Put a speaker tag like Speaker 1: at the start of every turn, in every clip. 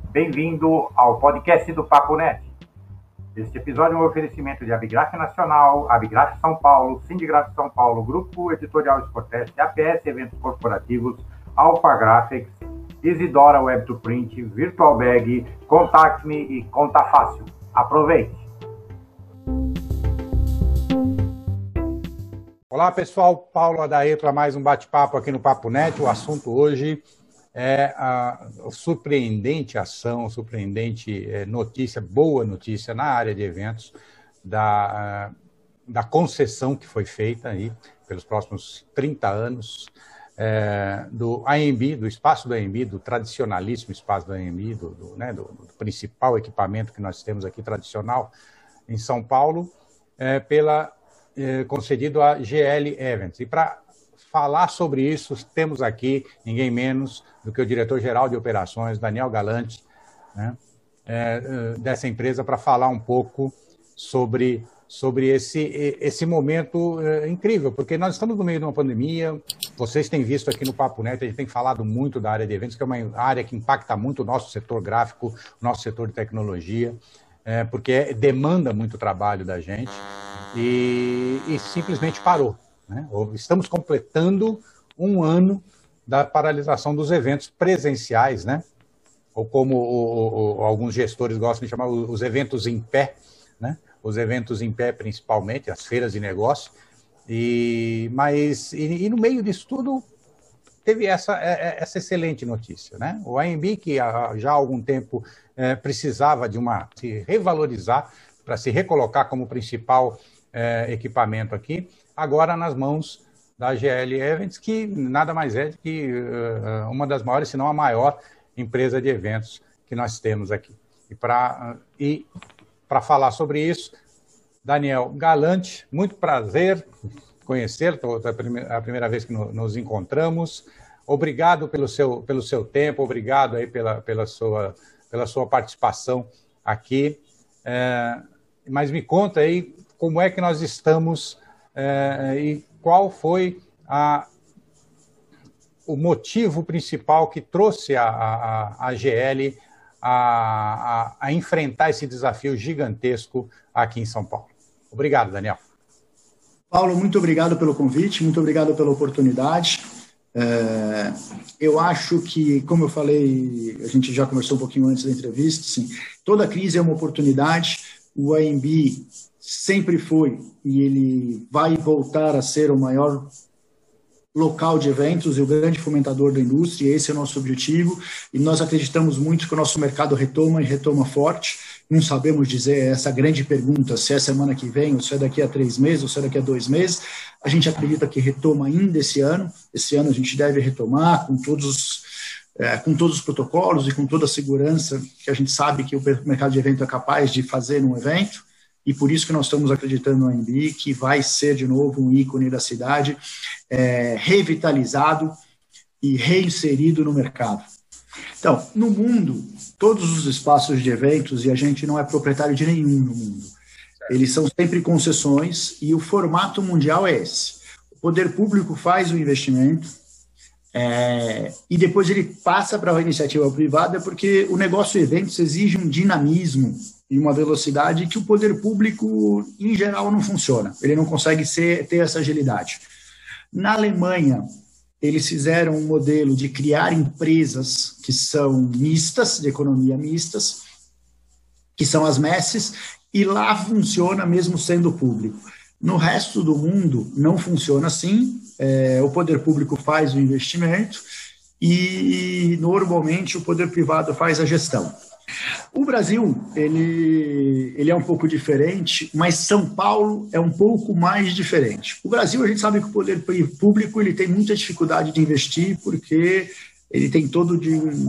Speaker 1: Bem-vindo ao podcast do Papo Net. Este episódio é um oferecimento de Abigraf Nacional, Abigraf São Paulo, Sindigraf São Paulo, Grupo Editorial Sportest, APS Eventos Corporativos, Alpha Graphics, Isidora Web2Print, Virtual Bag, Contact Me e Conta Fácil. Aproveite!
Speaker 2: Olá pessoal, Paulo Adair para mais um bate-papo aqui no Papo Net. O assunto hoje é a surpreendente ação, surpreendente notícia, boa notícia na área de eventos da concessão que foi feita aí pelos próximos 30 anos do AMB, do espaço do AMB, do tradicionalíssimo espaço do AMB, do principal equipamento que nós temos aqui tradicional em São Paulo, concedido a GL Events. E para falar sobre isso, temos aqui ninguém menos do que o diretor-geral de operações, Daniel Galante, né, dessa empresa, para falar um pouco sobre esse momento incrível, porque nós estamos no meio de uma pandemia. Vocês têm visto aqui no Papo Net, a gente tem falado muito da área de eventos, que é uma área que impacta muito o nosso setor gráfico, o nosso setor de tecnologia, porque demanda muito trabalho da gente e simplesmente parou, né? Estamos completando um ano da paralisação dos eventos presenciais, né? Ou como alguns gestores gostam de chamar, os eventos em pé, né? Os eventos em pé, principalmente, as feiras de negócio. Mas no meio disso tudo, teve essa excelente notícia, né? O AMB, que já há algum tempo precisava de se revalorizar, para se recolocar como principal equipamento aqui, agora nas mãos da GL Events, que nada mais é do que uma das maiores, se não a maior empresa de eventos que nós temos aqui. E para falar sobre isso, Daniel Galante, muito prazer conhecer, é a primeira vez que nos encontramos. Obrigado pelo seu tempo, obrigado aí pela sua participação aqui. Mas me conta aí como é que nós estamos e qual foi o motivo principal que trouxe a GL a enfrentar esse desafio gigantesco aqui em São Paulo. Obrigado, Daniel.
Speaker 3: Paulo, muito obrigado pelo convite, muito obrigado pela oportunidade. Eu acho que, como eu falei, a gente já conversou um pouquinho antes da entrevista, assim, toda crise é uma oportunidade. O AMB sempre foi e ele vai voltar a ser o maior local de eventos e o grande fomentador da indústria. Esse é o nosso objetivo e nós acreditamos muito que o nosso mercado retoma e retoma forte. Não sabemos dizer essa grande pergunta, se é semana que vem, ou se é daqui a 3 meses, ou se é daqui a 2 meses. A gente acredita que retoma ainda esse ano. Esse ano a gente deve retomar com todos os protocolos e com toda a segurança que a gente sabe que o mercado de evento é capaz de fazer num evento. E por isso que nós estamos acreditando no AMB, que vai ser de novo um ícone da cidade, revitalizado e reinserido no mercado. Então, no mundo, todos os espaços de eventos, e a gente não é proprietário de nenhum no mundo, eles são sempre concessões e o formato mundial é esse. O poder público faz o investimento e depois ele passa para a iniciativa privada, porque o negócio de eventos exige um dinamismo e uma velocidade que o poder público, em geral, não funciona. Ele não consegue ter essa agilidade. Na Alemanha, eles fizeram um modelo de criar empresas que são mistas, de economia mistas, que são as messes, e lá funciona mesmo sendo público. No resto do mundo, não funciona assim. O poder público faz o investimento e, normalmente, o poder privado faz a gestão. O Brasil, ele é um pouco diferente, mas São Paulo é um pouco mais diferente. O Brasil, a gente sabe que o poder público ele tem muita dificuldade de investir, porque ele tem todas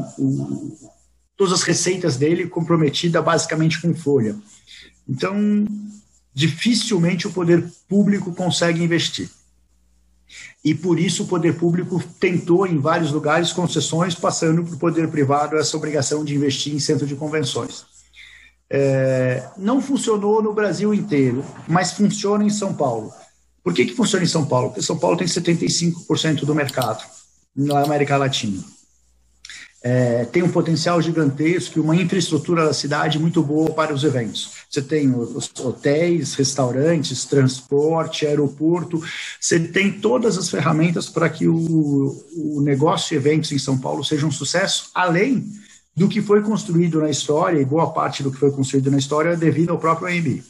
Speaker 3: as receitas dele comprometidas basicamente com folha. Então, dificilmente o poder público consegue investir. E por isso o poder público tentou em vários lugares concessões, passando para o poder privado essa obrigação de investir em centro de convenções. Não funcionou no Brasil inteiro, mas funciona em São Paulo. Por que funciona em São Paulo? Porque São Paulo tem 75% do mercado na América Latina. tem um potencial gigantesco e uma infraestrutura da cidade muito boa para os eventos. Você tem os hotéis, restaurantes, transporte, aeroporto, você tem todas as ferramentas para que o negócio de eventos em São Paulo seja um sucesso, além do que foi construído na história, e boa parte do que foi construído na história é devido ao próprio AMB.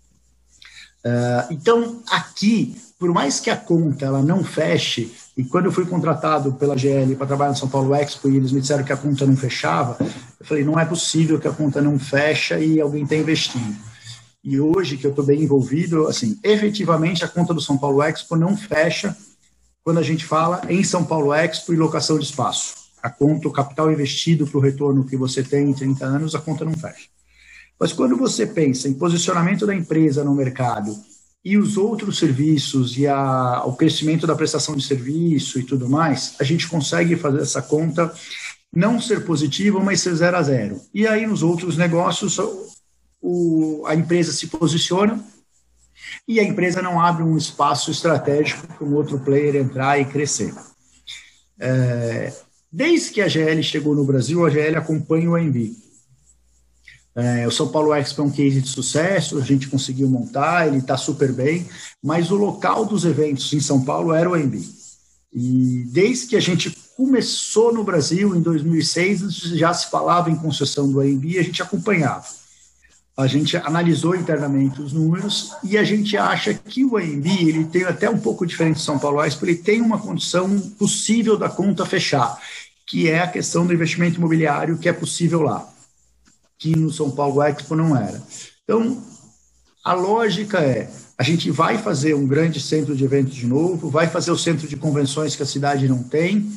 Speaker 3: Então, aqui, por mais que a conta ela não feche, e quando eu fui contratado pela GL para trabalhar no São Paulo Expo e eles me disseram que a conta não fechava, eu falei, não é possível que a conta não fecha e alguém está investindo. E hoje, que eu estou bem envolvido, assim, efetivamente a conta do São Paulo Expo não fecha quando a gente fala em São Paulo Expo e locação de espaço. A conta, o capital investido para o retorno que você tem em 30 anos, a conta não fecha. Mas quando você pensa em posicionamento da empresa no mercado e os outros serviços e o crescimento da prestação de serviço e tudo mais, a gente consegue fazer essa conta não ser positiva, mas ser 0 a 0. E aí, nos outros negócios, a empresa se posiciona e a empresa não abre um espaço estratégico para um outro player entrar e crescer. Desde que a GL chegou no Brasil, a GL acompanha o AMB. O São Paulo Expo é um case de sucesso, a gente conseguiu montar, ele está super bem, mas o local dos eventos em São Paulo era o AMB. E desde que a gente começou no Brasil, em 2006, já se falava em concessão do AMB e a gente acompanhava. A gente analisou internamente os números e a gente acha que o AMB, ele tem até um pouco diferente do São Paulo Expo, ele tem uma condição possível da conta fechar, que é a questão do investimento imobiliário que é possível lá, que no São Paulo Expo não era. Então, a lógica é, a gente vai fazer um grande centro de eventos de novo, vai fazer o centro de convenções que a cidade não tem,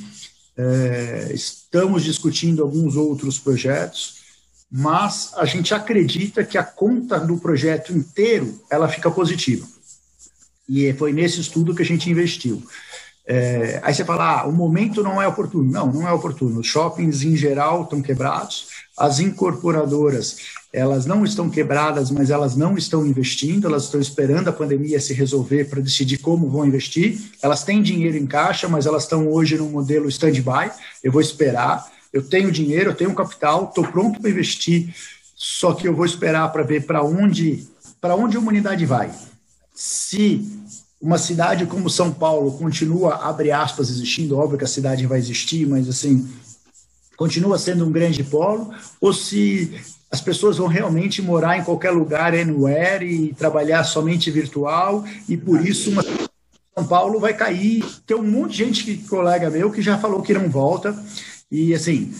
Speaker 3: estamos discutindo alguns outros projetos, mas a gente acredita que a conta do projeto inteiro, ela fica positiva. E foi nesse estudo que a gente investiu. Aí você fala, o momento não é oportuno. Não, não é oportuno. Os shoppings, em geral, estão quebrados. As incorporadoras, elas não estão quebradas, mas elas não estão investindo, elas estão esperando a pandemia se resolver para decidir como vão investir. Elas têm dinheiro em caixa, mas elas estão hoje no modelo stand-by. Eu vou esperar, eu tenho dinheiro, eu tenho capital, estou pronto para investir, só que eu vou esperar para ver para onde a humanidade vai. Se uma cidade como São Paulo continua, abre aspas, existindo, óbvio que a cidade vai existir, mas assim, continua sendo um grande polo, ou se as pessoas vão realmente morar em qualquer lugar, anywhere, e trabalhar somente virtual, e por isso São Paulo vai cair. Tem um monte de gente, colega meu, que já falou que não volta, e assim,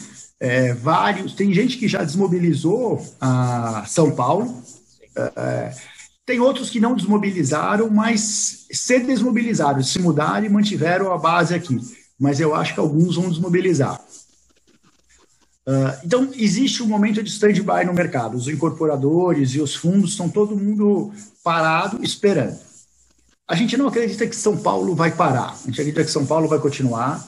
Speaker 3: tem gente que já desmobilizou a São Paulo, tem outros que não desmobilizaram, mas se desmobilizaram, se mudaram e mantiveram a base aqui, mas eu acho que alguns vão desmobilizar. Então, existe um momento de stand-by no mercado. Os incorporadores e os fundos estão todo mundo parado, esperando. A gente não acredita que São Paulo vai parar. A gente acredita que São Paulo vai continuar.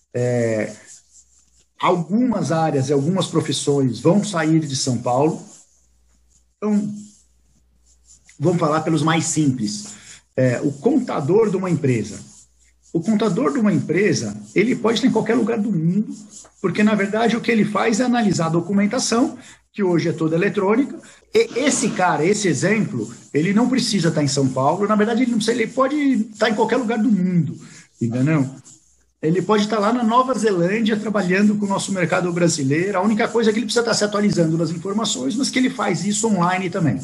Speaker 3: Algumas áreas e algumas profissões vão sair de São Paulo. Então, vamos falar pelos mais simples. O contador de uma empresa. O contador de uma empresa, ele pode estar em qualquer lugar do mundo, porque, na verdade, o que ele faz é analisar a documentação, que hoje é toda eletrônica. E esse cara, esse exemplo, ele não precisa estar em São Paulo, na verdade, ele pode estar em qualquer lugar do mundo, entendeu? Ele pode estar lá na Nova Zelândia, trabalhando com o nosso mercado brasileiro. A única coisa é que ele precisa estar se atualizando nas informações, mas que ele faz isso online também.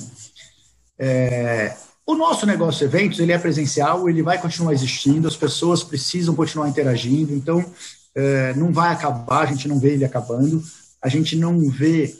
Speaker 3: O nosso negócio de eventos, ele é presencial, ele vai continuar existindo, as pessoas precisam continuar interagindo, então não vai acabar, a gente não vê ele acabando, a gente não vê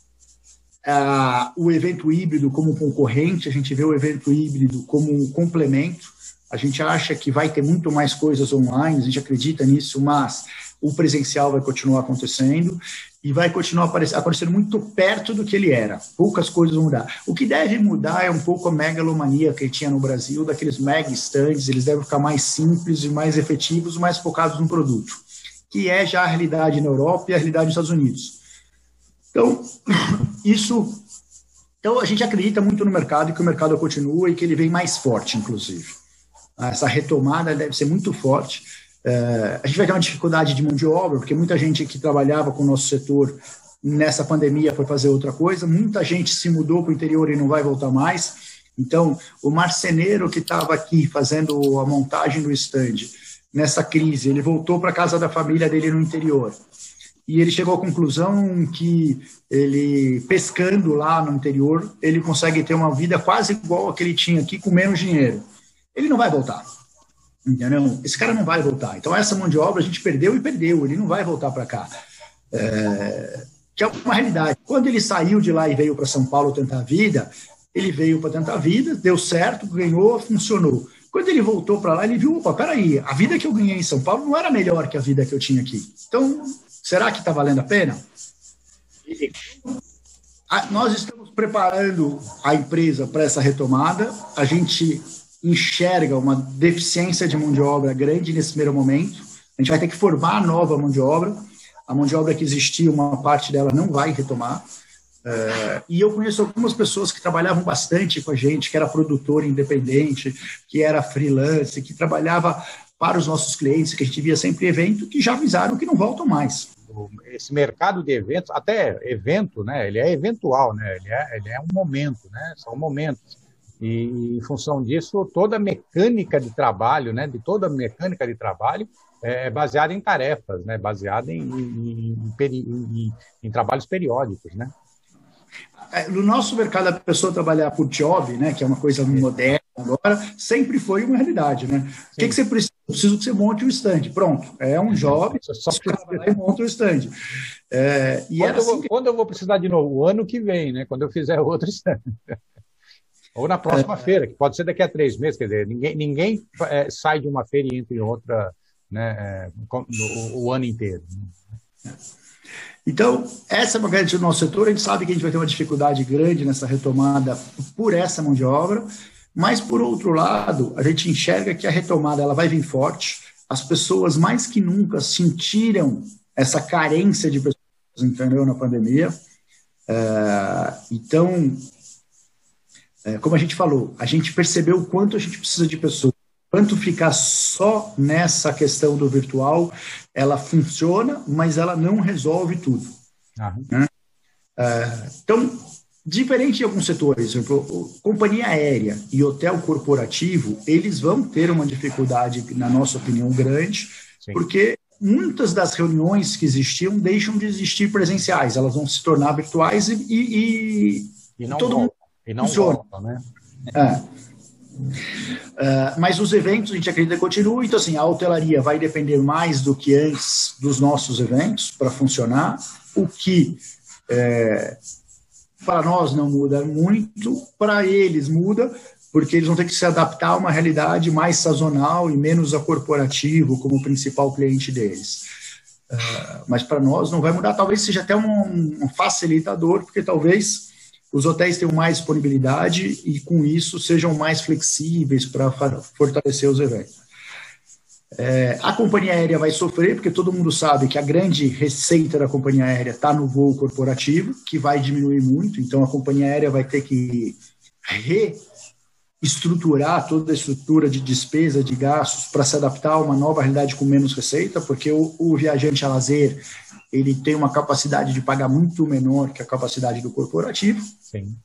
Speaker 3: o evento híbrido como um concorrente, a gente vê o evento híbrido como um complemento, a gente acha que vai ter muito mais coisas online, a gente acredita nisso, mas o presencial vai continuar acontecendo e vai continuar aparecendo muito perto do que ele era. Poucas coisas vão mudar. O que deve mudar é um pouco a megalomania que tinha no Brasil, daqueles mega stands, eles devem ficar mais simples e mais efetivos, mais focados no produto, que é já a realidade na Europa e a realidade nos Estados Unidos. Então, então a gente acredita muito no mercado e que o mercado continua e que ele vem mais forte, inclusive. Essa retomada deve ser muito forte. A gente vai ter uma dificuldade de mão de obra, porque muita gente que trabalhava com o nosso setor nessa pandemia foi fazer outra coisa, muita gente se mudou para o interior e não vai voltar mais. Então, o marceneiro que estava aqui fazendo a montagem do stand, nessa crise, ele voltou para a casa da família dele no interior. E ele chegou à conclusão que ele, pescando lá no interior, ele consegue ter uma vida quase igual a que ele tinha aqui, com menos dinheiro. Ele não vai voltar. Entendeu? Esse cara não vai voltar. Então, essa mão de obra a gente perdeu e perdeu. Ele não vai voltar para cá. Que é uma realidade. Quando ele saiu de lá e veio para São Paulo tentar a vida, ele veio para tentar a vida, deu certo, ganhou, funcionou. Quando ele voltou para lá, ele viu, opa, peraí, a vida que eu ganhei em São Paulo não era melhor que a vida que eu tinha aqui. Então, será que está valendo a pena? Nós estamos preparando a empresa para essa retomada. A gente enxerga uma deficiência de mão de obra grande nesse primeiro momento. A gente vai ter que formar nova mão de obra. A mão de obra que existia, uma parte dela não vai retomar. E eu conheço algumas pessoas que trabalhavam bastante com a gente, que era produtor independente, que era freelance, que trabalhava para os nossos clientes, que a gente via sempre em evento, que já avisaram que não voltam mais.
Speaker 2: Esse mercado de eventos, até evento, né, ele é eventual, né, ele é um momento, né, são momentos. E em função disso, toda a mecânica de trabalho, né, é baseada em tarefas, né, baseada em trabalhos periódicos, né?
Speaker 3: No nosso mercado, a pessoa trabalhar por job, né, que é uma coisa moderna agora, sempre foi uma realidade, né? O que você precisa? Eu preciso que você monte um stand. Pronto, é um job, só vai lá e monta um stand.
Speaker 2: Quando eu vou precisar de novo? O ano que vem, né? Quando eu fizer outro stand. Ou na próxima feira, que pode ser daqui a 3 meses, quer dizer, ninguém sai de uma feira e entra em outra, né, o ano inteiro.
Speaker 3: Então, essa é uma grande do nosso setor. A gente sabe que a gente vai ter uma dificuldade grande nessa retomada por essa mão de obra, mas, por outro lado, a gente enxerga que a retomada ela vai vir forte. As pessoas, mais que nunca, sentiram essa carência de pessoas, entendeu, na pandemia. Então, como a gente falou, a gente percebeu o quanto a gente precisa de pessoas. Quanto ficar só nessa questão do virtual, ela funciona, mas ela não resolve tudo. Né? Então, diferente de alguns setores, por exemplo, companhia aérea e hotel corporativo, eles vão ter uma dificuldade, na nossa opinião, grande, Sim. Porque muitas das reuniões que existiam deixam de existir presenciais, elas vão se tornar virtuais e
Speaker 2: não
Speaker 3: todo
Speaker 2: voltam,
Speaker 3: mundo
Speaker 2: e não
Speaker 3: funciona.
Speaker 2: Voltam, né?
Speaker 3: Mas os eventos a gente acredita que continuam, então assim, a hotelaria vai depender mais do que antes dos nossos eventos para funcionar, o que para nós não muda muito, para eles muda, porque eles vão ter que se adaptar a uma realidade mais sazonal e menos a corporativo como principal cliente deles. Mas para nós não vai mudar, talvez seja até um facilitador, porque talvez os hotéis tenham mais disponibilidade e, com isso, sejam mais flexíveis para fortalecer os eventos. A companhia aérea vai sofrer, porque todo mundo sabe que a grande receita da companhia aérea está no voo corporativo, que vai diminuir muito, então a companhia aérea vai ter que reestruturar toda a estrutura de despesa, de gastos, para se adaptar a uma nova realidade com menos receita, porque o viajante a lazer ele tem uma capacidade de pagar muito menor que a capacidade do corporativo.
Speaker 2: Sim.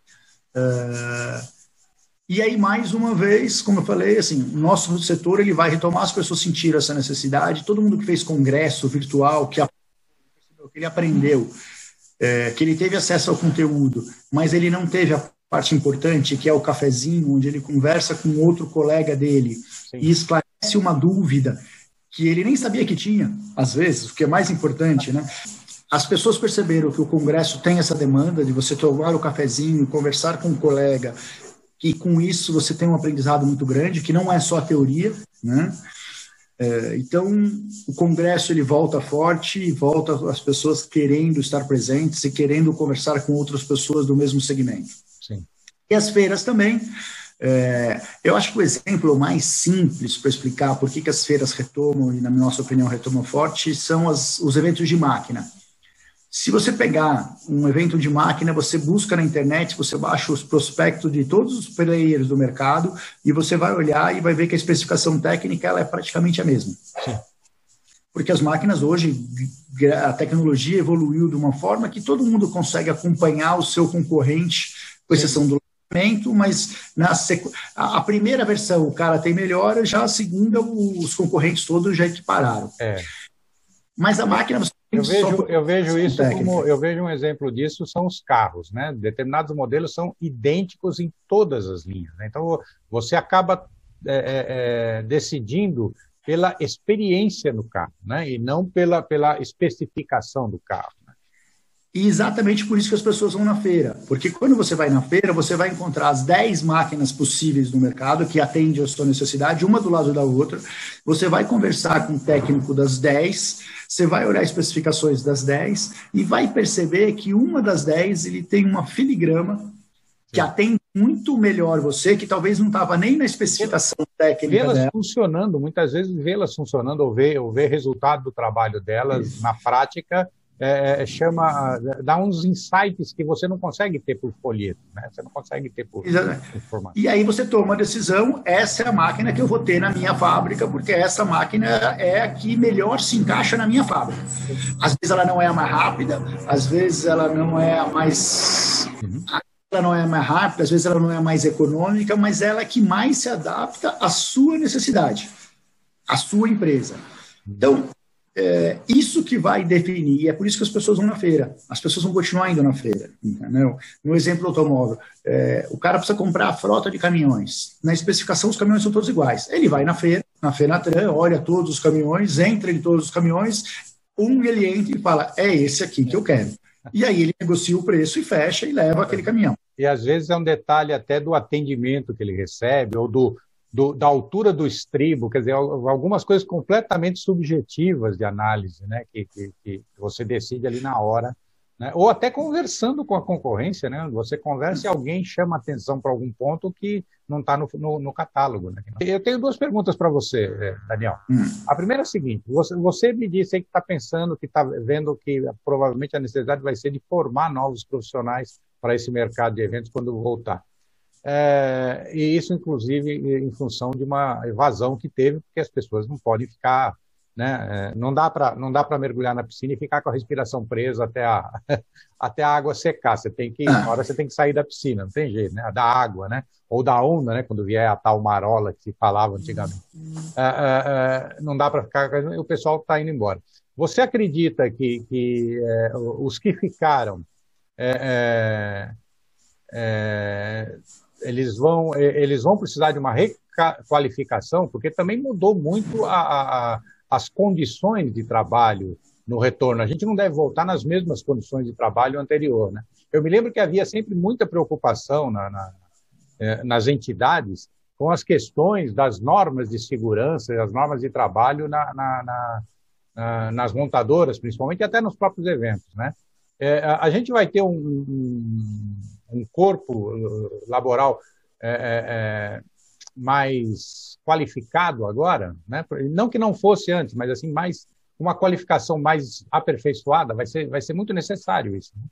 Speaker 3: E aí, mais uma vez, como eu falei, assim, o nosso setor ele vai retomar, as pessoas sentiram essa necessidade, todo mundo que fez congresso virtual, que ele aprendeu, que ele teve acesso ao conteúdo, mas ele não teve a parte importante, que é o cafezinho, onde ele conversa com outro colega dele Sim. e esclarece uma dúvida que ele nem sabia que tinha, às vezes, o que é mais importante, né? As pessoas perceberam que o Congresso tem essa demanda de você tomar o cafezinho, conversar com um colega, e com isso você tem um aprendizado muito grande, que não é só a teoria, né? Então, o Congresso ele volta forte, e volta as pessoas querendo estar presentes e querendo conversar com outras pessoas do mesmo segmento.
Speaker 2: Sim.
Speaker 3: E as feiras também. Eu acho que o exemplo mais simples para explicar por que as feiras retomam, e na nossa opinião retomam forte, são os eventos de máquina. Se você pegar um evento de máquina, você busca na internet, você baixa os prospectos de todos os players do mercado e você vai olhar e vai ver que a especificação técnica ela é praticamente a mesma. Sim. Porque as máquinas hoje, a tecnologia evoluiu de uma forma que todo mundo consegue acompanhar o seu concorrente, com exceção do lançamento, mas a primeira versão o cara tem melhora, já a segunda os concorrentes todos já equipararam. Mas a máquina...
Speaker 2: Eu vejo isso como, eu vejo um exemplo disso, são os carros, né? Determinados modelos são idênticos em todas as linhas, né? Então, você acaba decidindo pela experiência no carro, né? E não pela especificação do carro. Né?
Speaker 3: E exatamente por isso que as pessoas vão na feira, porque quando você vai na feira, você vai encontrar as 10 máquinas possíveis no mercado que atendem a sua necessidade, uma do lado da outra, você vai conversar com o técnico das 10, você vai olhar especificações das 10 e vai perceber que uma das 10 ele tem uma filigrama que atende muito melhor você, que talvez não estava nem na especificação técnica
Speaker 2: vê-las
Speaker 3: dela.
Speaker 2: Funcionando, muitas vezes vê-las funcionando ou ver resultado do trabalho delas na prática, dá uns insights que você não consegue ter por folheto, né? Você não consegue ter por informação.
Speaker 3: E aí você toma a decisão, essa é a máquina que eu vou ter na minha fábrica, porque essa máquina é a que melhor se encaixa na minha fábrica. Às vezes ela não é a mais rápida, às vezes ela não é a mais... Ela não é a mais rápida, às vezes ela não é a mais econômica, mas ela é que mais se adapta à sua necessidade, à sua empresa. Então, isso que vai definir, e é por isso que as pessoas vão na feira, as pessoas vão continuar indo na feira, entendeu? No exemplo do automóvel, o cara precisa comprar a frota de caminhões, na especificação os caminhões são todos iguais, ele vai na feira, na Fenatran, olha todos os caminhões, entra em todos os caminhões, ele entra e fala, é esse aqui que eu quero. E aí ele negocia o preço e fecha e leva aquele caminhão.
Speaker 2: E às vezes é um detalhe até do atendimento que ele recebe, ou da altura do estribo, quer dizer, algumas coisas completamente subjetivas de análise, né, que você decide ali na hora, né, ou até conversando com a concorrência, né, você conversa e alguém chama atenção para algum ponto que não está no catálogo. Né. Eu tenho duas perguntas para você, Daniel. A primeira é a seguinte, você me disse aí que está pensando, que está vendo que provavelmente a necessidade vai ser de formar novos profissionais para esse mercado de eventos quando voltar. E isso, inclusive, em função de uma evasão que teve, porque as pessoas não podem ficar, né, não dá para mergulhar na piscina e ficar com a respiração presa até a água secar. Uma hora você tem que sair da piscina, não tem jeito, né? Da água, né? Ou da onda, né? Quando vier a tal marola que se falava antigamente. Não dá para ficar, o pessoal está indo embora. Você acredita que os que ficaram eles vão precisar de uma requalificação, porque também mudou muito as condições de trabalho no retorno. A gente não deve voltar nas mesmas condições de trabalho anterior, né? Eu me lembro que havia sempre muita preocupação nas entidades com as questões das normas de segurança e as normas de trabalho nas montadoras, principalmente, e até nos próprios eventos, né? A gente vai ter um corpo laboral mais qualificado agora, né? Não que não fosse antes, mas assim, uma qualificação mais aperfeiçoada, vai ser muito necessário isso. Né?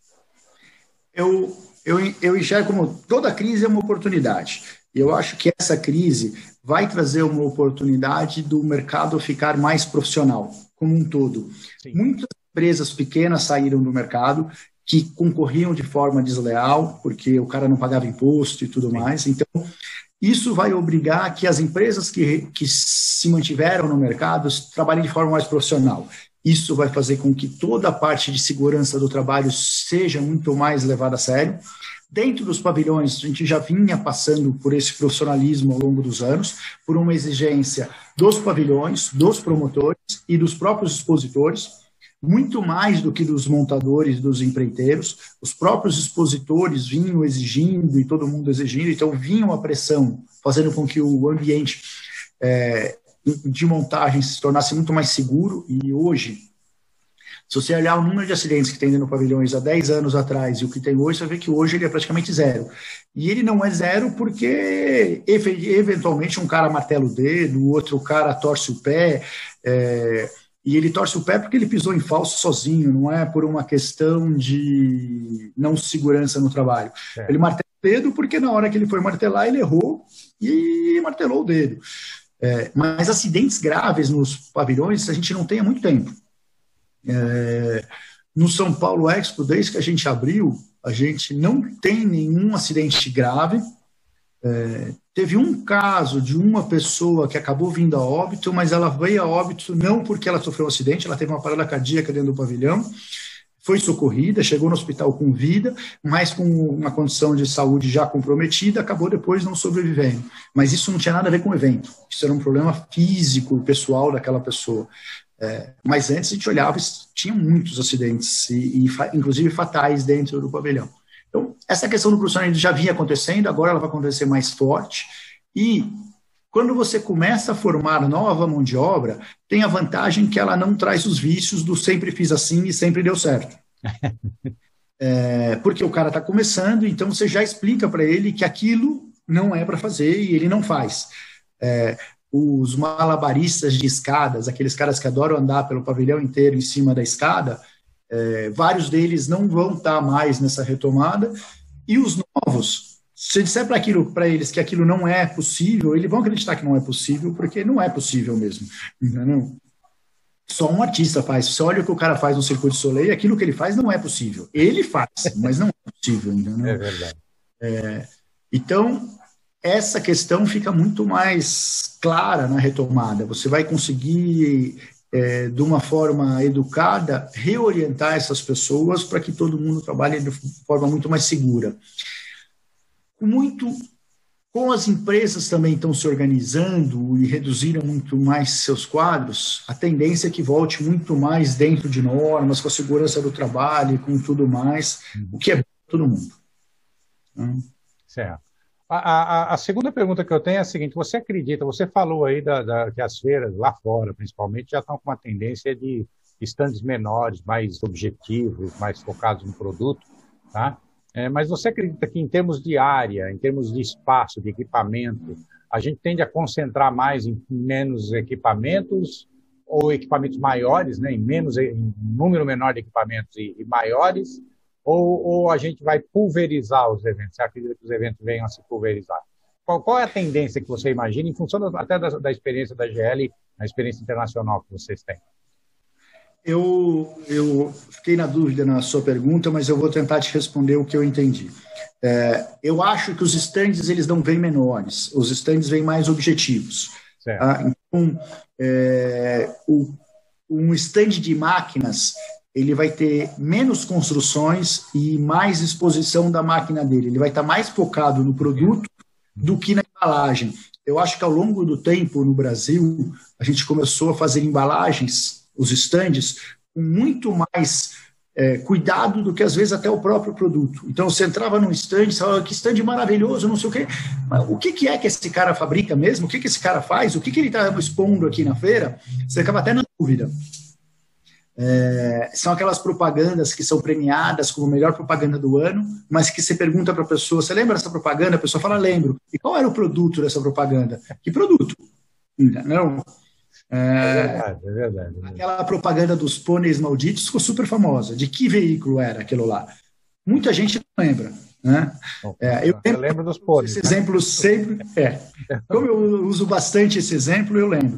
Speaker 3: Eu enxergo como toda crise é uma oportunidade. Eu acho que essa crise vai trazer uma oportunidade do mercado ficar mais profissional, como um todo. Sim. Muitas empresas pequenas saíram do mercado, que concorriam de forma desleal, porque o cara não pagava imposto e tudo mais. Então, isso vai obrigar que as empresas que se mantiveram no mercado trabalhem de forma mais profissional. Isso vai fazer com que toda a parte de segurança do trabalho seja muito mais levada a sério. Dentro dos pavilhões, a gente já vinha passando por esse profissionalismo ao longo dos anos, por uma exigência dos pavilhões, dos promotores e dos próprios expositores, muito mais do que dos montadores, dos empreiteiros. Os próprios expositores vinham exigindo e todo mundo exigindo, então vinha uma pressão, fazendo com que o ambiente de montagem se tornasse muito mais seguro. E hoje, se você olhar o número de acidentes que tem dentro de pavilhões há 10 anos atrás e o que tem hoje, você vai ver que hoje ele é praticamente zero. E ele não é zero porque, eventualmente, um cara martela o dedo, o outro cara torce o pé, e ele torce o pé porque ele pisou em falso sozinho, não é por uma questão de não segurança no trabalho. Ele martela o dedo porque na hora que ele foi martelar, ele errou e martelou o dedo. Mas acidentes graves nos pavilhões a gente não tem há muito tempo. No São Paulo Expo, desde que a gente abriu, a gente não tem nenhum acidente grave. Teve um caso de uma pessoa que acabou vindo a óbito, mas ela veio a óbito não porque ela sofreu um acidente, ela teve uma parada cardíaca dentro do pavilhão, foi socorrida, chegou no hospital com vida, mas com uma condição de saúde já comprometida, acabou depois não sobrevivendo. Mas isso não tinha nada a ver com o evento, isso era um problema físico, pessoal daquela pessoa. Mas antes a gente olhava, tinha muitos acidentes, inclusive fatais dentro do pavilhão. Então, essa questão do profissionalismo já vinha acontecendo, agora ela vai acontecer mais forte, e quando você começa a formar nova mão de obra, tem a vantagem que ela não traz os vícios do sempre fiz assim e sempre deu certo. Porque o cara está começando, então você já explica para ele que aquilo não é para fazer e ele não faz. Os malabaristas de escadas, aqueles caras que adoram andar pelo pavilhão inteiro em cima da escada, vários deles não vão estar mais nessa retomada, e os novos, se disser para eles que aquilo não é possível, eles vão acreditar que não é possível, porque não é possível mesmo. Não. Só um artista faz. Você olha o que o cara faz no Circo du Soleil, aquilo que ele faz não é possível. Ele faz, mas não é possível. Entendeu? É
Speaker 2: verdade.
Speaker 3: Então, essa questão fica muito mais clara na retomada. Você vai conseguir, de uma forma educada, reorientar essas pessoas para que todo mundo trabalhe de forma muito mais segura. Com as empresas também estão se organizando e reduziram muito mais seus quadros, a tendência é que volte muito mais dentro de normas, com a segurança do trabalho e com tudo mais, o que é bom para todo mundo.
Speaker 2: Certo. A segunda pergunta que eu tenho é a seguinte: você acredita, você falou aí que as feiras lá fora, principalmente, já estão com uma tendência de estandes menores, mais objetivos, mais focados no produto, tá? Mas você acredita que em termos de área, em termos de espaço, de equipamento, a gente tende a concentrar mais em menos equipamentos ou equipamentos maiores, né, em número menor de equipamentos e maiores, ou a gente vai pulverizar os eventos? Você acredita que os eventos venham a se pulverizar? Qual é a tendência que você imagina, em função até da experiência da GL, a experiência internacional que vocês têm?
Speaker 3: Eu fiquei na dúvida na sua pergunta, mas eu vou tentar te responder o que eu entendi. Eu acho que os estandes eles não vêm menores, os estandes vêm mais objetivos. Então, um estande de máquinas ele vai ter menos construções e mais exposição da máquina dele. Ele vai estar mais focado no produto do que na embalagem. Eu acho que ao longo do tempo no Brasil a gente começou a fazer embalagens, os estandes, com muito mais cuidado do que, às vezes, até o próprio produto. Então, você entrava num stand e falava, que stand maravilhoso, não sei o quê. Mas o que é que esse cara fabrica mesmo? O que esse cara faz? O que ele está expondo aqui na feira? Você acaba até na dúvida. São aquelas propagandas que são premiadas como a melhor propaganda do ano, mas que você pergunta para a pessoa, você lembra dessa propaganda? A pessoa fala, lembro. E qual era o produto dessa propaganda? Que produto? Não.
Speaker 2: É verdade.
Speaker 3: Aquela propaganda dos pôneis malditos ficou super famosa. De que veículo era aquilo lá? Muita gente não lembra. Né?
Speaker 2: Eu lembro dos pôneis.
Speaker 3: Esse exemplo sempre... Como eu uso bastante esse exemplo, eu lembro.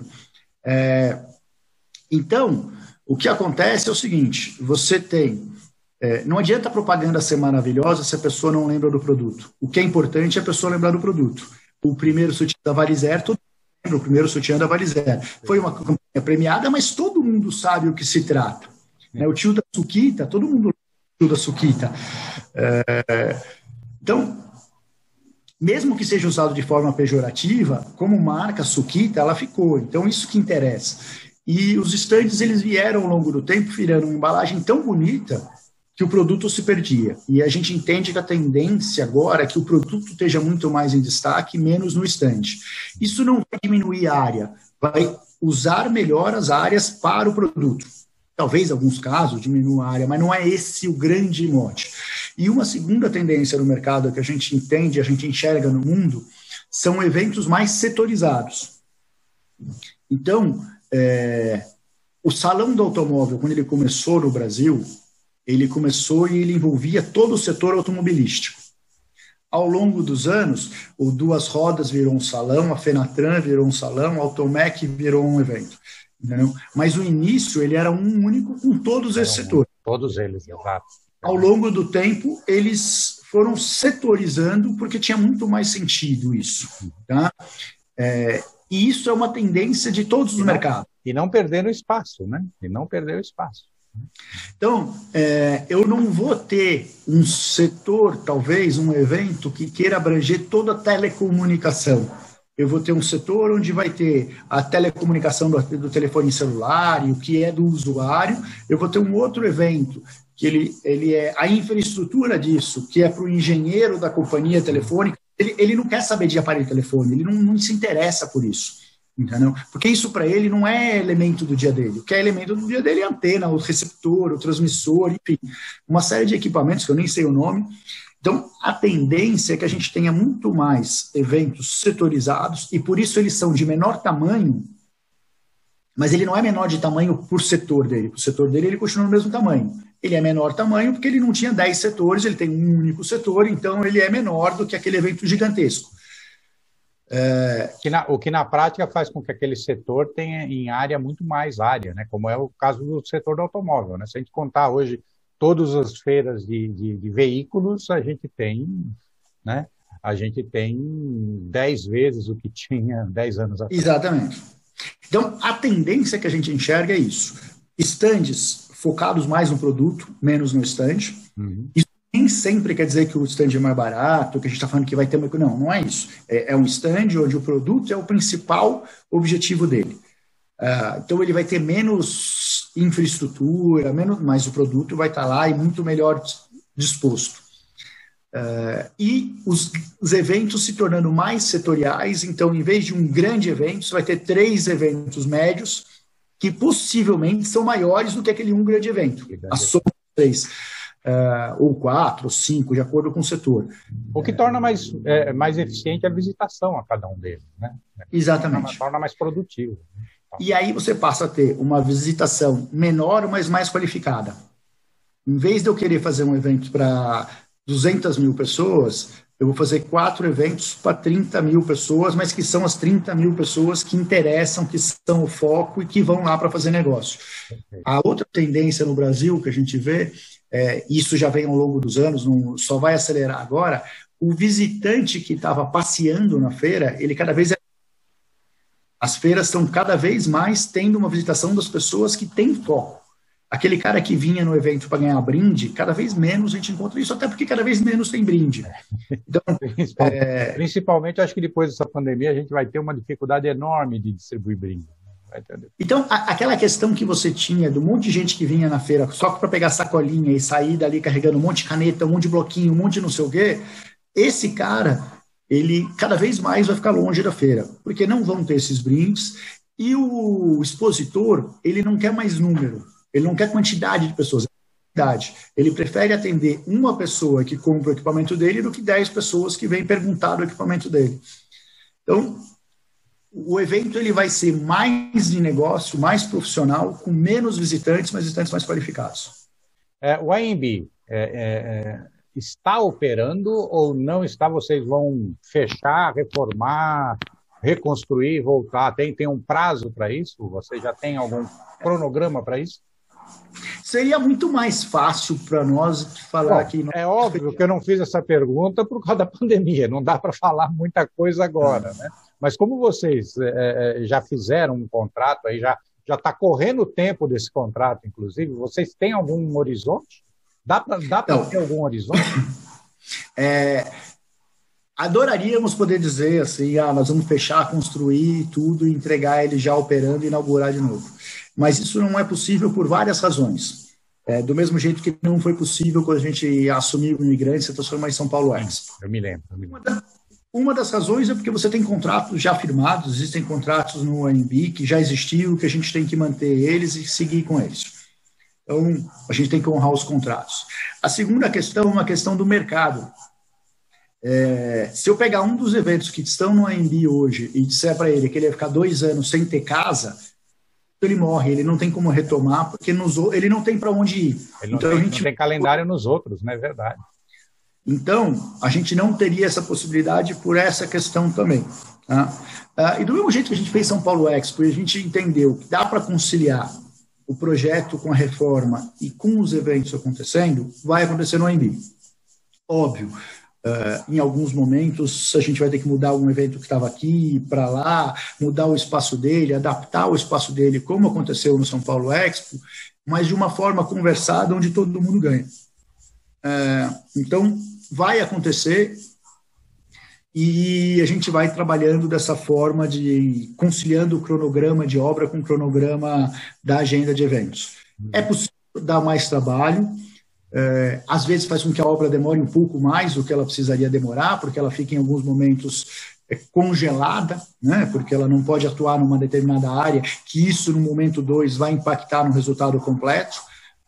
Speaker 3: Então, o que acontece é o seguinte, você tem... não adianta a propaganda ser maravilhosa se a pessoa não lembra do produto. O que é importante é a pessoa lembrar do produto. O primeiro sutiã da Valizer, todo o primeiro sutiã da Valizer. Foi uma campanha premiada, mas todo mundo sabe o que se trata. O tio da Suquita, todo mundo lembra do tio da Suquita. Então, mesmo que seja usado de forma pejorativa, como marca Suquita, ela ficou. Então, isso que interessa. E os estandes, eles vieram ao longo do tempo virando uma embalagem tão bonita que o produto se perdia. E a gente entende que a tendência agora é que o produto esteja muito mais em destaque, menos no estande. Isso não vai diminuir a área, vai usar melhor as áreas para o produto. Talvez, em alguns casos, diminua a área, mas não é esse o grande mote. E uma segunda tendência no mercado que a gente entende, a gente enxerga no mundo, são eventos mais setorizados. Então, o Salão do Automóvel, quando ele começou no Brasil, ele começou e ele envolvia todo o setor automobilístico. Ao longo dos anos, o Duas Rodas virou um salão, a Fenatran virou um salão, a Automec virou um evento. Entendeu? Mas o início, ele era um único com todos esses setores.
Speaker 2: Todos eles, exato.
Speaker 3: Ao longo do tempo, eles foram setorizando porque tinha muito mais sentido isso. Tá? E isso é uma tendência de todos os mercados.
Speaker 2: E não perderam espaço, né? E não perder o espaço.
Speaker 3: Então, eu não vou ter um setor, talvez, um evento que queira abranger toda a telecomunicação. Eu vou ter um setor onde vai ter a telecomunicação do telefone celular e o que é do usuário. Eu vou ter um outro evento que ele é a infraestrutura disso, que é para o engenheiro da companhia telefônica. Ele não quer saber de aparelho de telefone, ele não se interessa por isso. Entendeu? Porque isso para ele não é elemento do dia dele. O que é elemento do dia dele é a antena, o receptor, o transmissor, enfim, uma série de equipamentos que eu nem sei o nome. Então, a tendência é que a gente tenha muito mais eventos setorizados e por isso eles são de menor tamanho, mas ele não é menor de tamanho por setor dele. O setor dele ele continua no mesmo tamanho. Ele é menor tamanho porque ele não tinha 10 setores, ele tem um único setor, então ele é menor do que aquele evento gigantesco.
Speaker 2: O que na prática faz com que aquele setor tenha em área muito mais área, né? Como é o caso do setor do automóvel, né? Se a gente contar hoje todas as feiras de veículos, a gente tem, né? A gente tem 10 vezes o que tinha 10 anos atrás.
Speaker 3: Exatamente. Então, a tendência que a gente enxerga é isso. Estandes focados mais no produto, menos no stand. Isso nem sempre quer dizer que o stand é mais barato, que a gente está falando que vai ter uma... Não é isso. É um stand onde o produto é o principal objetivo dele. Então, ele vai ter menos infraestrutura, mas o produto vai estar lá e muito melhor disposto. E os eventos se tornando mais setoriais, então, em vez de um grande evento, você vai ter 3 eventos médios que possivelmente são maiores do que aquele um grande evento. A soma de 3. Ou 4, ou 5, de acordo com o setor.
Speaker 2: O que torna mais eficiente a visitação a cada um deles, né?
Speaker 3: Exatamente.
Speaker 2: Torna mais produtivo.
Speaker 3: E aí você passa a ter uma visitação menor, mas mais qualificada. Em vez de eu querer fazer um evento para 200 mil pessoas, eu vou fazer 4 eventos para 30 mil pessoas, mas que são as 30 mil pessoas que interessam, que são o foco e que vão lá para fazer negócio. A outra tendência no Brasil que a gente vê, isso já vem ao longo dos anos, só vai acelerar agora, o visitante que estava passeando na feira, ele cada vez as feiras estão cada vez mais tendo uma visitação das pessoas que têm foco. Aquele cara que vinha no evento para ganhar brinde, cada vez menos a gente encontra isso, até porque cada vez menos tem brinde. Então,
Speaker 2: principalmente, acho que depois dessa pandemia a gente vai ter uma dificuldade enorme de distribuir brinde.
Speaker 3: Então, aquela questão que você tinha do monte de gente que vinha na feira só para pegar sacolinha e sair dali carregando um monte de caneta, um monte de bloquinho, um monte de não sei o quê, esse cara, ele cada vez mais vai ficar longe da feira, porque não vão ter esses brindes, e o expositor, ele não quer mais número, ele não quer quantidade de pessoas, ele prefere atender uma pessoa que compra o equipamento dele do que 10 pessoas que vêm perguntar do equipamento dele. Então, o evento ele vai ser mais de negócio, mais profissional, com menos visitantes, mas visitantes mais qualificados.
Speaker 2: O AMB está operando ou não está? Vocês vão fechar, reformar, reconstruir, voltar? Tem um prazo para isso? Você já tem algum cronograma para isso?
Speaker 3: Seria muito mais fácil para nós falar aqui.
Speaker 2: É óbvio que eu não fiz essa pergunta por causa da pandemia, não dá para falar muita coisa agora, né? Mas como vocês já fizeram um contrato, aí já está correndo o tempo desse contrato, inclusive, vocês têm algum horizonte? Dá para ter algum horizonte?
Speaker 3: Adoraríamos poder dizer assim, nós vamos fechar, construir tudo, entregar ele já operando e inaugurar de novo. Mas isso não é possível por várias razões. Do mesmo jeito que não foi possível quando a gente assumiu o Imigrante e se transformou em São Paulo Expo.
Speaker 2: Eu me lembro.
Speaker 3: Uma das razões é porque você tem contratos já firmados, existem contratos no AMB que já existiu, que a gente tem que manter eles e seguir com eles. Então, a gente tem que honrar os contratos. A segunda questão é uma questão do mercado. Se eu pegar um dos eventos que estão no AMB hoje e disser para ele que ele vai ficar 2 anos sem ter casa, ele morre, ele não tem como retomar, porque ele não tem para onde ir.
Speaker 2: Ele não, não tem calendário nos outros, não é verdade?
Speaker 3: Então, a gente não teria essa possibilidade por essa questão também. Tá? E do mesmo jeito que a gente fez São Paulo Expo, e a gente entendeu que dá para conciliar o projeto com a reforma e com os eventos acontecendo, vai acontecer no AMB. Óbvio, em alguns momentos a gente vai ter que mudar um evento que estava aqui para lá, mudar o espaço dele, adaptar o espaço dele, como aconteceu no São Paulo Expo, mas de uma forma conversada, onde todo mundo ganha. Então, vai acontecer e a gente vai trabalhando dessa forma, conciliando o cronograma de obra com o cronograma da agenda de eventos. É possível dar mais trabalho, às vezes faz com que a obra demore um pouco mais do que ela precisaria demorar, porque ela fica em alguns momentos congelada, né, porque ela não pode atuar numa determinada área, que isso no momento 2 vai impactar no resultado completo.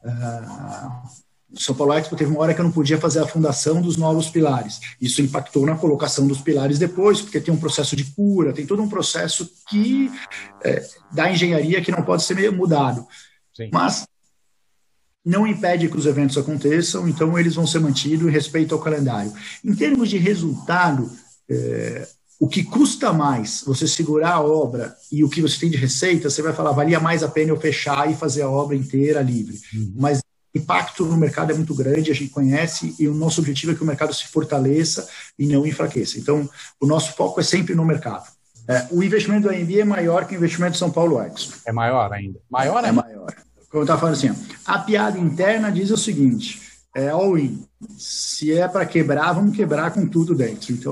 Speaker 3: São Paulo Expo teve uma hora que eu não podia fazer a fundação dos novos pilares. Isso impactou na colocação dos pilares depois, porque tem um processo de cura, tem todo um processo da engenharia que não pode ser mudado. Sim. Mas não impede que os eventos aconteçam, então eles vão ser mantidos em respeito ao calendário. Em termos de resultado, o que custa mais você segurar a obra e o que você tem de receita, você vai falar, valia mais a pena eu fechar e fazer a obra inteira livre. Mas o impacto no mercado é muito grande, a gente conhece, e o nosso objetivo é que o mercado se fortaleça e não enfraqueça. Então, o nosso foco é sempre no mercado. O investimento do AMB é maior que o investimento de São Paulo Expo.
Speaker 2: É maior ainda? Maior ainda?
Speaker 3: É maior. Como eu estava falando assim, a piada interna diz o seguinte, all-in, se é para quebrar, vamos quebrar com tudo dentro. Então,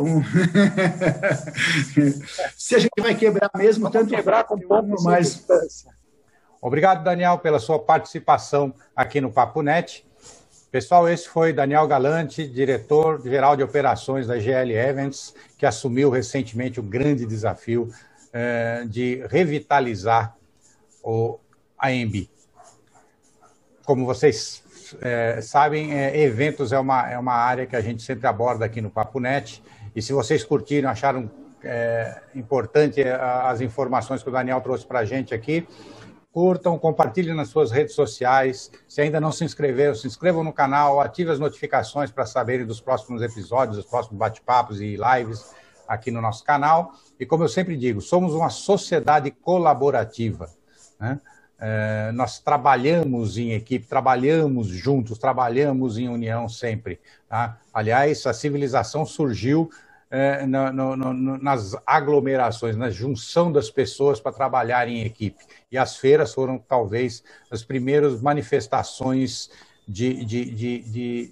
Speaker 3: se a gente vai quebrar mesmo, vamos tanto
Speaker 2: quebrar com pouco mais. Obrigado, Daniel, pela sua participação aqui no Papo Net. Pessoal, esse foi Daniel Galante, diretor-geral de operações da GL Events, que assumiu recentemente o grande desafio de revitalizar o AMB. Como vocês sabem, eventos é uma área que a gente sempre aborda aqui no Papo Net, e se vocês curtiram, acharam importante as informações que o Daniel trouxe para a gente aqui, curtam, compartilhem nas suas redes sociais. Se ainda não se inscreveram, se inscrevam no canal, ativem as notificações para saberem dos próximos episódios, dos próximos bate-papos e lives aqui no nosso canal. E como eu sempre digo, somos uma sociedade colaborativa, né? Nós trabalhamos em equipe, trabalhamos juntos, trabalhamos em união sempre. Tá? Aliás, a civilização surgiu nas aglomerações, na junção das pessoas para trabalhar em equipe. E as feiras foram, talvez, as primeiras manifestações de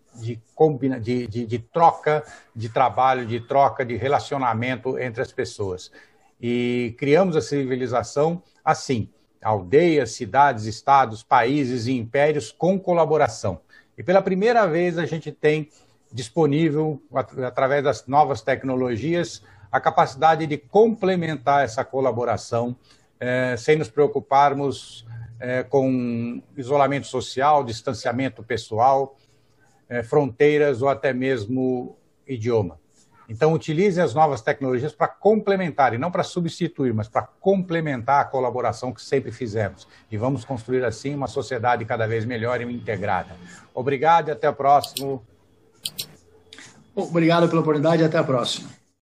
Speaker 2: troca de trabalho, de troca de relacionamento entre as pessoas. E criamos a civilização assim, aldeias, cidades, estados, países e impérios com colaboração. E pela primeira vez a gente tem disponível, através das novas tecnologias, a capacidade de complementar essa colaboração sem nos preocuparmos com isolamento social, distanciamento pessoal, fronteiras ou até mesmo idioma. Então, utilize as novas tecnologias para complementar, e não para substituir, mas para complementar a colaboração que sempre fizemos. E vamos construir, assim, uma sociedade cada vez melhor e integrada. Obrigado e até o próximo.
Speaker 3: Obrigado pela oportunidade e até a próxima.